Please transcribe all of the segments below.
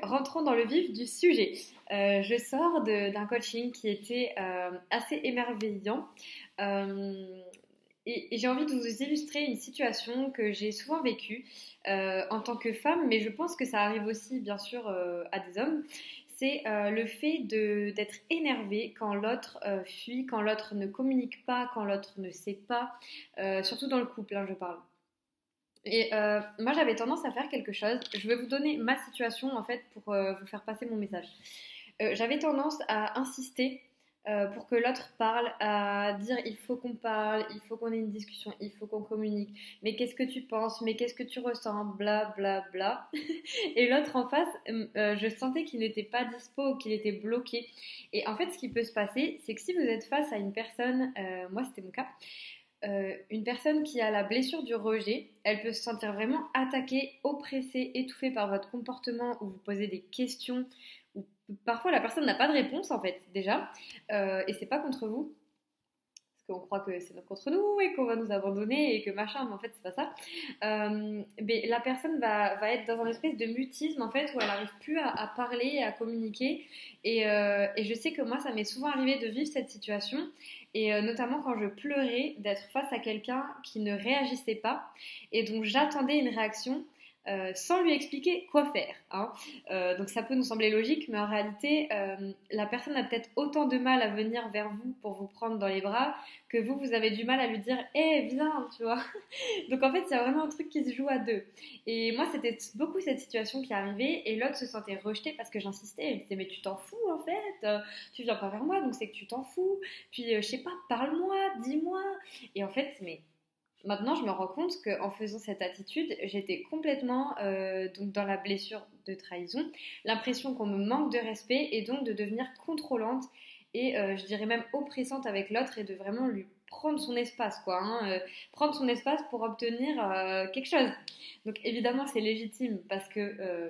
rentrons dans le vif du sujet. Je sors d'un coaching qui était assez émerveillant. Euh, et j'ai envie de vous illustrer une situation que j'ai souvent vécue en tant que femme, mais je pense que ça arrive aussi, bien sûr, à des hommes. C'est le fait d'être énervé quand l'autre fuit, quand l'autre ne communique pas, quand l'autre ne sait pas, surtout dans le couple, hein, je parle. Et moi, j'avais tendance à faire quelque chose. Je vais vous donner ma situation en fait pour vous faire passer mon message. J'avais tendance à insister pour que l'autre parle, à dire il faut qu'on parle, il faut qu'on ait une discussion, il faut qu'on communique. Mais qu'est-ce que tu penses? Mais qu'est-ce que tu ressens? Bla bla bla. Et l'autre en face, je sentais qu'il n'était pas dispo, qu'il était bloqué. Et en fait, ce qui peut se passer, c'est que si vous êtes face à une personne, moi c'était mon cas, une personne qui a la blessure du rejet, elle peut se sentir vraiment attaquée, oppressée, étouffée par votre comportement ou vous posez des questions ou parfois la personne n'a pas de réponse en fait déjà et c'est pas contre vous parce qu'on croit que c'est contre nous et qu'on va nous abandonner et que machin, mais en fait c'est pas ça. Mais la personne va être dans un espèce de mutisme en fait où elle n'arrive plus à parler, à communiquer et je sais que moi ça m'est souvent arrivé de vivre cette situation et notamment quand je pleurais d'être face à quelqu'un qui ne réagissait pas et donc j'attendais une réaction sans lui expliquer quoi faire. Hein. Donc ça peut nous sembler logique, mais en réalité, la personne a peut-être autant de mal à venir vers vous pour vous prendre dans les bras que vous avez du mal à lui dire «Eh, viens», tu vois. Donc en fait, il y a vraiment un truc qui se joue à deux. Et moi, c'était beaucoup cette situation qui arrivait et l'autre se sentait rejeté parce que j'insistais. Elle disait «Mais tu t'en fous en fait, tu viens pas vers moi, donc c'est que tu t'en fous. Puis je sais pas, parle-moi, dis-moi». Et en fait, mais maintenant, je me rends compte qu'en faisant cette attitude, j'étais complètement donc dans la blessure de trahison, l'impression qu'on me manque de respect et donc de devenir contrôlante et je dirais même oppressante avec l'autre et de vraiment lui prendre son espace, quoi, hein, prendre son espace pour obtenir quelque chose. Donc évidemment, c'est légitime parce que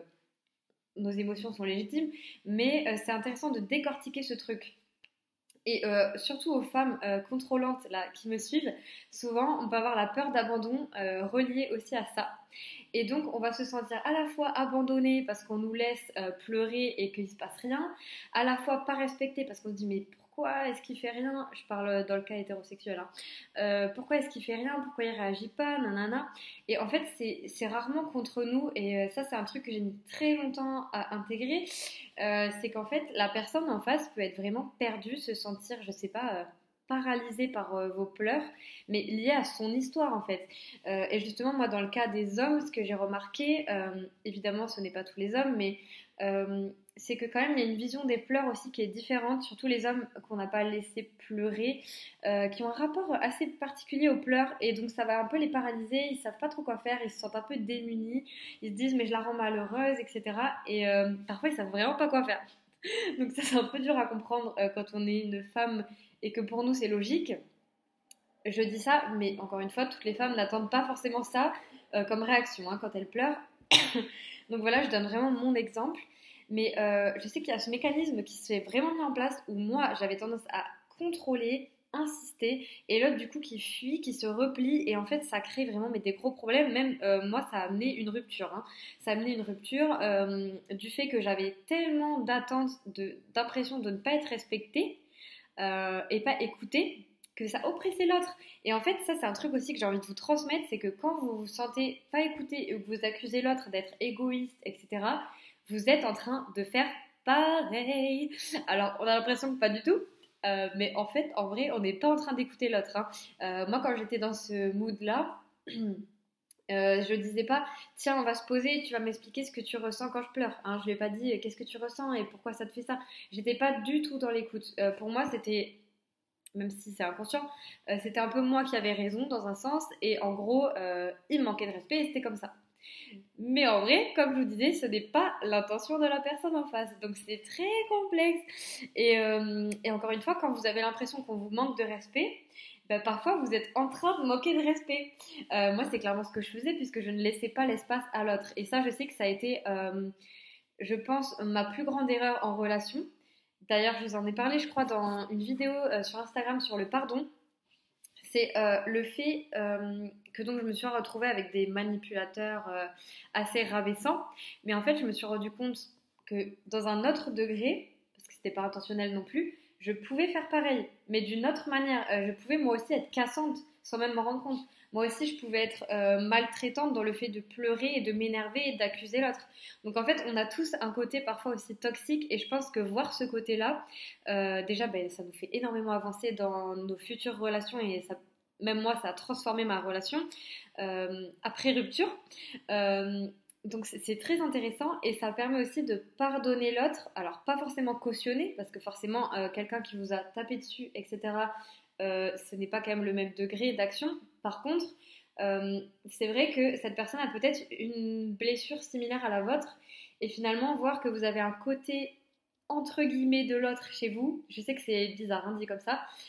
nos émotions sont légitimes, mais c'est intéressant de décortiquer ce truc. Et surtout aux femmes contrôlantes là, qui me suivent, souvent on peut avoir la peur d'abandon reliée aussi à ça. Et donc on va se sentir à la fois abandonné parce qu'on nous laisse pleurer et qu'il ne se passe rien, à la fois pas respecté parce qu'on se dit mais pourquoi est-ce qu'il fait rien? Je parle dans le cas hétérosexuel. Hein. Pourquoi est-ce qu'il fait rien? Pourquoi il réagit pas? Nanana. Et en fait c'est rarement contre nous et ça c'est un truc que j'ai mis très longtemps à intégrer. C'est qu'en fait, la personne en face peut être vraiment perdue, se sentir, je sais pas, paralysée par vos pleurs, mais liée à son histoire en fait. Et justement, moi, dans le cas des hommes, ce que j'ai remarqué, évidemment, ce n'est pas tous les hommes, mais c'est que quand même, il y a une vision des pleurs aussi qui est différente, surtout les hommes qu'on n'a pas laissé pleurer, qui ont un rapport assez particulier aux pleurs, et donc ça va un peu les paralyser, ils savent pas trop quoi faire, ils se sentent un peu démunis, ils se disent mais je la rends malheureuse, etc. Et parfois ils savent vraiment pas quoi faire. Donc ça c'est un peu dur à comprendre quand on est une femme et que pour nous c'est logique. Je dis ça, mais encore une fois, toutes les femmes n'attendent pas forcément ça comme réaction hein, quand elles pleurent. Donc voilà, je donne vraiment mon exemple. Mais je sais qu'il y a ce mécanisme qui se fait vraiment mis en place où moi, j'avais tendance à contrôler, insister, et l'autre du coup qui fuit, qui se replie, et en fait ça crée vraiment mais, des gros problèmes. Même moi, ça a amené une rupture. Hein. Ça a amené une rupture du fait que j'avais tellement d'attentes, d'impression de ne pas être respectée et pas écoutée que ça oppressait l'autre. Et en fait, ça, c'est un truc aussi que j'ai envie de vous transmettre, c'est que quand vous vous sentez pas écouté et que vous accusez l'autre d'être égoïste, etc., vous êtes en train de faire pareil. Alors, on a l'impression que pas du tout, mais en fait, en vrai, on n'est pas en train d'écouter l'autre. Hein. Moi, quand j'étais dans ce mood-là, je disais pas, tiens, on va se poser, tu vas m'expliquer ce que tu ressens quand je pleure. Hein. Je lui ai pas dit, qu'est-ce que tu ressens et pourquoi ça te fait ça. J'étais pas du tout dans l'écoute. Pour moi, c'était même si c'est inconscient, c'était un peu moi qui avais raison dans un sens, et en gros, il me manquait de respect et c'était comme ça. Mais en vrai, comme je vous disais, ce n'est pas l'intention de la personne en face, donc c'est très complexe. Et encore une fois, quand vous avez l'impression qu'on vous manque de respect, ben, parfois vous êtes en train de manquer de respect. Moi, c'est clairement ce que je faisais puisque je ne laissais pas l'espace à l'autre. Et ça, je sais que ça a été, je pense, ma plus grande erreur en relation. D'ailleurs, je vous en ai parlé, je crois, dans une vidéo sur Instagram sur le pardon. C'est le fait que donc je me suis retrouvée avec des manipulateurs assez rabaissants. Mais en fait, je me suis rendu compte que dans un autre degré, parce que c'était pas intentionnel non plus, je pouvais faire pareil, mais d'une autre manière. Je pouvais moi aussi être cassante sans même m'en rendre compte. Moi aussi, je pouvais être maltraitante dans le fait de pleurer et de m'énerver et d'accuser l'autre. Donc en fait, on a tous un côté parfois aussi toxique et je pense que voir ce côté-là, déjà, ben, ça nous fait énormément avancer dans nos futures relations et ça, même moi, ça a transformé ma relation après rupture. Euh, donc c'est très intéressant et ça permet aussi de pardonner l'autre. Alors pas forcément cautionner parce que forcément quelqu'un qui vous a tapé dessus, etc. Ce n'est pas quand même le même degré d'action. Par contre, c'est vrai que cette personne a peut-être une blessure similaire à la vôtre et finalement voir que vous avez un côté entre guillemets de l'autre chez vous. Je sais que c'est bizarre hein, dit comme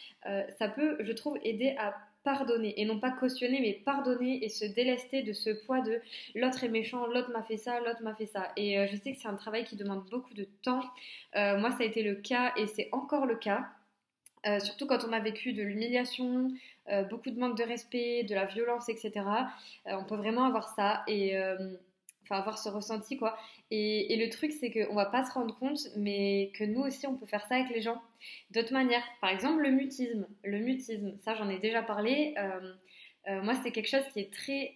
ça peut, je trouve, aider à pardonner et non pas cautionner mais pardonner et se délester de ce poids de l'autre est méchant, l'autre m'a fait ça, l'autre m'a fait ça et je sais que c'est un travail qui demande beaucoup de temps. Moi ça a été le cas et c'est encore le cas. Surtout quand on a vécu de l'humiliation, beaucoup de manque de respect, de la violence, etc. On peut vraiment avoir ça et enfin avoir ce ressenti quoi. Et le truc c'est qu'on va pas se rendre compte, mais que nous aussi on peut faire ça avec les gens d'autres manières. Par exemple le mutisme. Le mutisme, ça j'en ai déjà parlé. Moi c'est quelque chose qui est très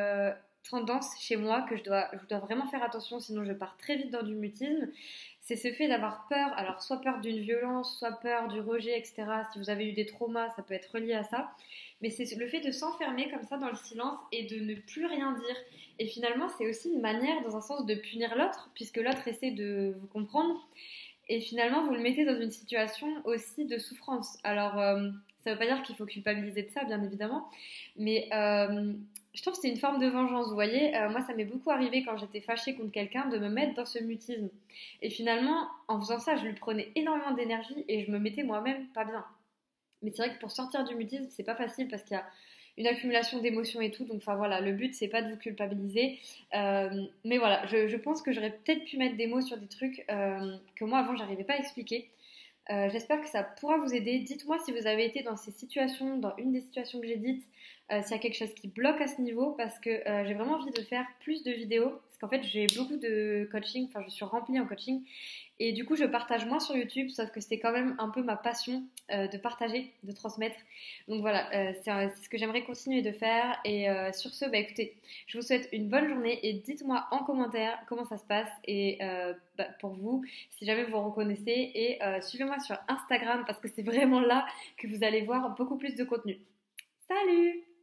tendance chez moi que je dois vraiment faire attention, sinon je pars très vite dans du mutisme. C'est ce fait d'avoir peur, alors soit peur d'une violence, soit peur du rejet, etc. Si vous avez eu des traumas, ça peut être relié à ça. Mais c'est le fait de s'enfermer comme ça dans le silence et de ne plus rien dire. Et finalement, c'est aussi une manière, dans un sens, de punir l'autre, puisque l'autre essaie de vous comprendre. Et finalement, vous le mettez dans une situation aussi de souffrance. Alors, ça ne veut pas dire qu'il faut culpabiliser de ça, bien évidemment, mais je trouve que c'est une forme de vengeance. Vous voyez, moi, ça m'est beaucoup arrivé quand j'étais fâchée contre quelqu'un de me mettre dans ce mutisme. Et finalement, en faisant ça, je lui prenais énormément d'énergie et je me mettais moi-même pas bien. Mais c'est vrai que pour sortir du mutisme, c'est pas facile parce qu'il y a une accumulation d'émotions et tout. Donc, enfin voilà, le but c'est pas de vous culpabiliser. Mais voilà, je pense que j'aurais peut-être pu mettre des mots sur des trucs que moi avant j'arrivais pas à expliquer. J'espère que ça pourra vous aider. Dites-moi si vous avez été dans ces situations, dans une des situations que j'ai dites, s'il y a quelque chose qui bloque à ce niveau, parce que j'ai vraiment envie de faire plus de vidéos, parce qu'en fait j'ai beaucoup de coaching, enfin je suis remplie en coaching, et du coup je partage moins sur YouTube, sauf que c'est quand même un peu ma passion de partager, de transmettre. Donc voilà, c'est ce que j'aimerais continuer de faire, et sur ce, bah écoutez, je vous souhaite une bonne journée, et dites-moi en commentaire comment ça se passe, et pour vous, si jamais vous vous reconnaissez, et suivez-moi sur Instagram, parce que c'est vraiment là que vous allez voir beaucoup plus de contenu. Salut!